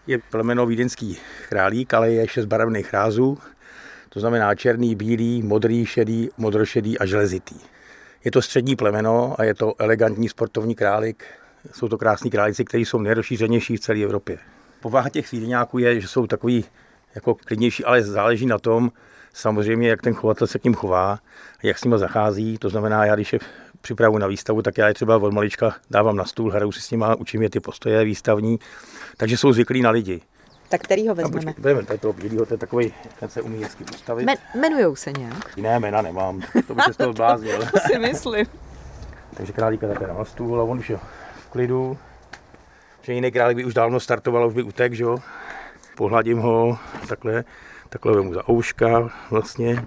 Je plemeno vídeňský králík, ale je 6 barevných rázů. To znamená černý, bílý, modrý, šedý, modrošedý a železitý. Je to střední plemeno a je to elegantní sportovní králík. Jsou to krásní králíci, kteří jsou nejrozšířenější v celé Evropě. Povaha těch vídeňáků je, že jsou takový jako klidnější, ale záleží na tom, samozřejmě, jak ten chovatel se k ním chová, jak s nimi zachází. To znamená, já když je připravuji na výstavu, tak já je třeba od malička dávám na stůl, hraju si s nimi, učím je ty postoje výstavní, takže jsou zvyklí na lidi. Tak kterýho vezmeme? Vezmeme tady toho bílýho, to je takový, ten se umí hezky postavit. Jmenujou se nějak? Jiné jména nemám, to by se z toho odbláznil. To si myslím. Takže králíka takhle na stůl a on už je v klidu. Že jiný králík by už dávno startoval, už by utek, že jo. Pohladím ho, takhle vemu za ouška vlastně.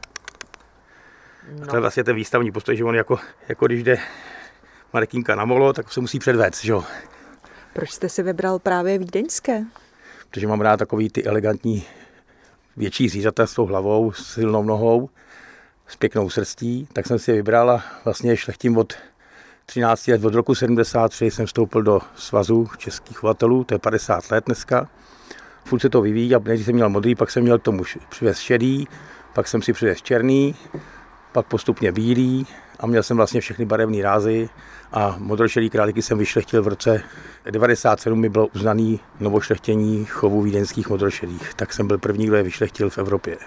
A to je vlastně ten výstavní postoj, že on jako když jde manekínka na molo, tak se musí předvést, že jo. Proč jste si vybral právě vídeňské? Protože mám rád takový ty elegantní větší zvířata s tou hlavou, s silnou nohou, s pěknou srstí, tak jsem si je vybral a vlastně šlechtím od 13 let, od roku 73 jsem vstoupil do svazu českých chovatelů, to je 50 let dneska. Furt se to vyvíjí a než jsem měl modrý, pak jsem měl k tomu přivez šedý, pak jsem si přivez černý, pak postupně bílý a měl jsem vlastně všechny barevné rázy a modrošedý králíky jsem vyšlechtil v roce 97, mi bylo uznaný novošlechtění chovu vídeňských modrošedých, tak jsem byl první, kdo je vyšlechtil v Evropě.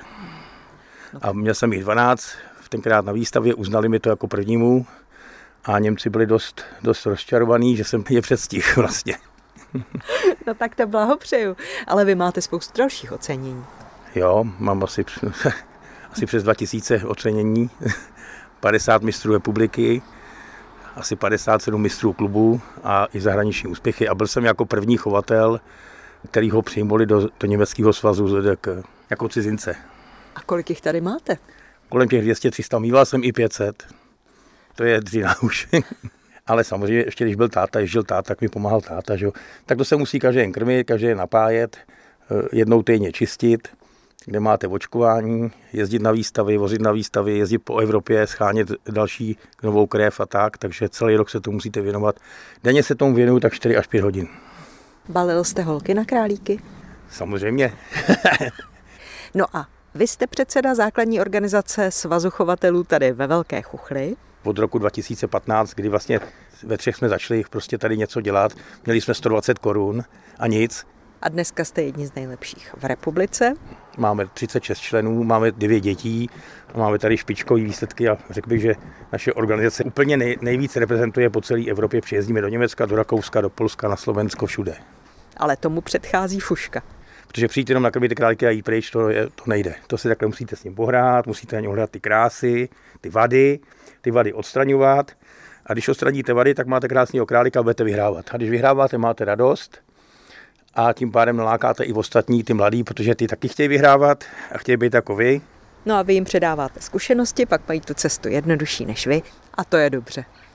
A měl jsem jich 12, tenkrát na výstavě, uznali mi to jako prvnímu a Němci byli dost rozčarovaní, že jsem je předstihl vlastně. No tak to blahopřeju, ale vy máte spoustu dalších ocenění. Jo, mám asi přes 2000 ocenění, 50 mistrů republiky, asi 57 mistrů klubu a i zahraniční úspěchy. A byl jsem jako první chovatel, který ho přijmuli do německého svazu jako cizince. A kolik jich tady máte? Kolem těch 200-300, mýval jsem i 500. To je dřina už. Ale samozřejmě ještě když byl táta, ježdžil táta, tak mi pomáhal táta. Že? Tak to se musí každý den krmit, každý den napájet, jednou týdně čistit, kde máte očkování, jezdit na výstavy, vozit na výstavy, jezdit po Evropě, schánět další novou krev a tak, takže celý rok se tomu musíte věnovat. Denně se tomu věnuju tak 4 až 5 hodin. Balil jste holky na králíky? Samozřejmě. No a vy jste předseda základní organizace Svazu chovatelů tady ve Velké Chuchli. Od roku 2015, kdy vlastně ve 3 jsme začali prostě tady něco dělat, měli jsme 120 korun a nic. A dneska jste jedni z nejlepších v republice. Máme 36 členů, máme 9 dětí a máme tady špičkové výsledky a řekl bych, že naše organizace úplně nejvíc reprezentuje po celé Evropě. Přijezdíme do Německa, do Rakouska, do Polska, na Slovensko, všude. Ale tomu předchází fuška. Protože přijít jenom nakrmit ty králíky a jít pryč, to nejde. To si takhle musíte s ním pohrát, musíte na něm hrát ty krásy, ty vady odstraňovat. A když odstraníte vady, tak máte krásného králíka a budete vyhrávat. A když vyhráváte, máte radost a tím pádem nalákáte i ostatní, ty mladí, protože ty taky chtějí vyhrávat a chtějí být jako vy. No a vy jim předáváte zkušenosti, pak mají tu cestu jednodušší než vy a to je dobře.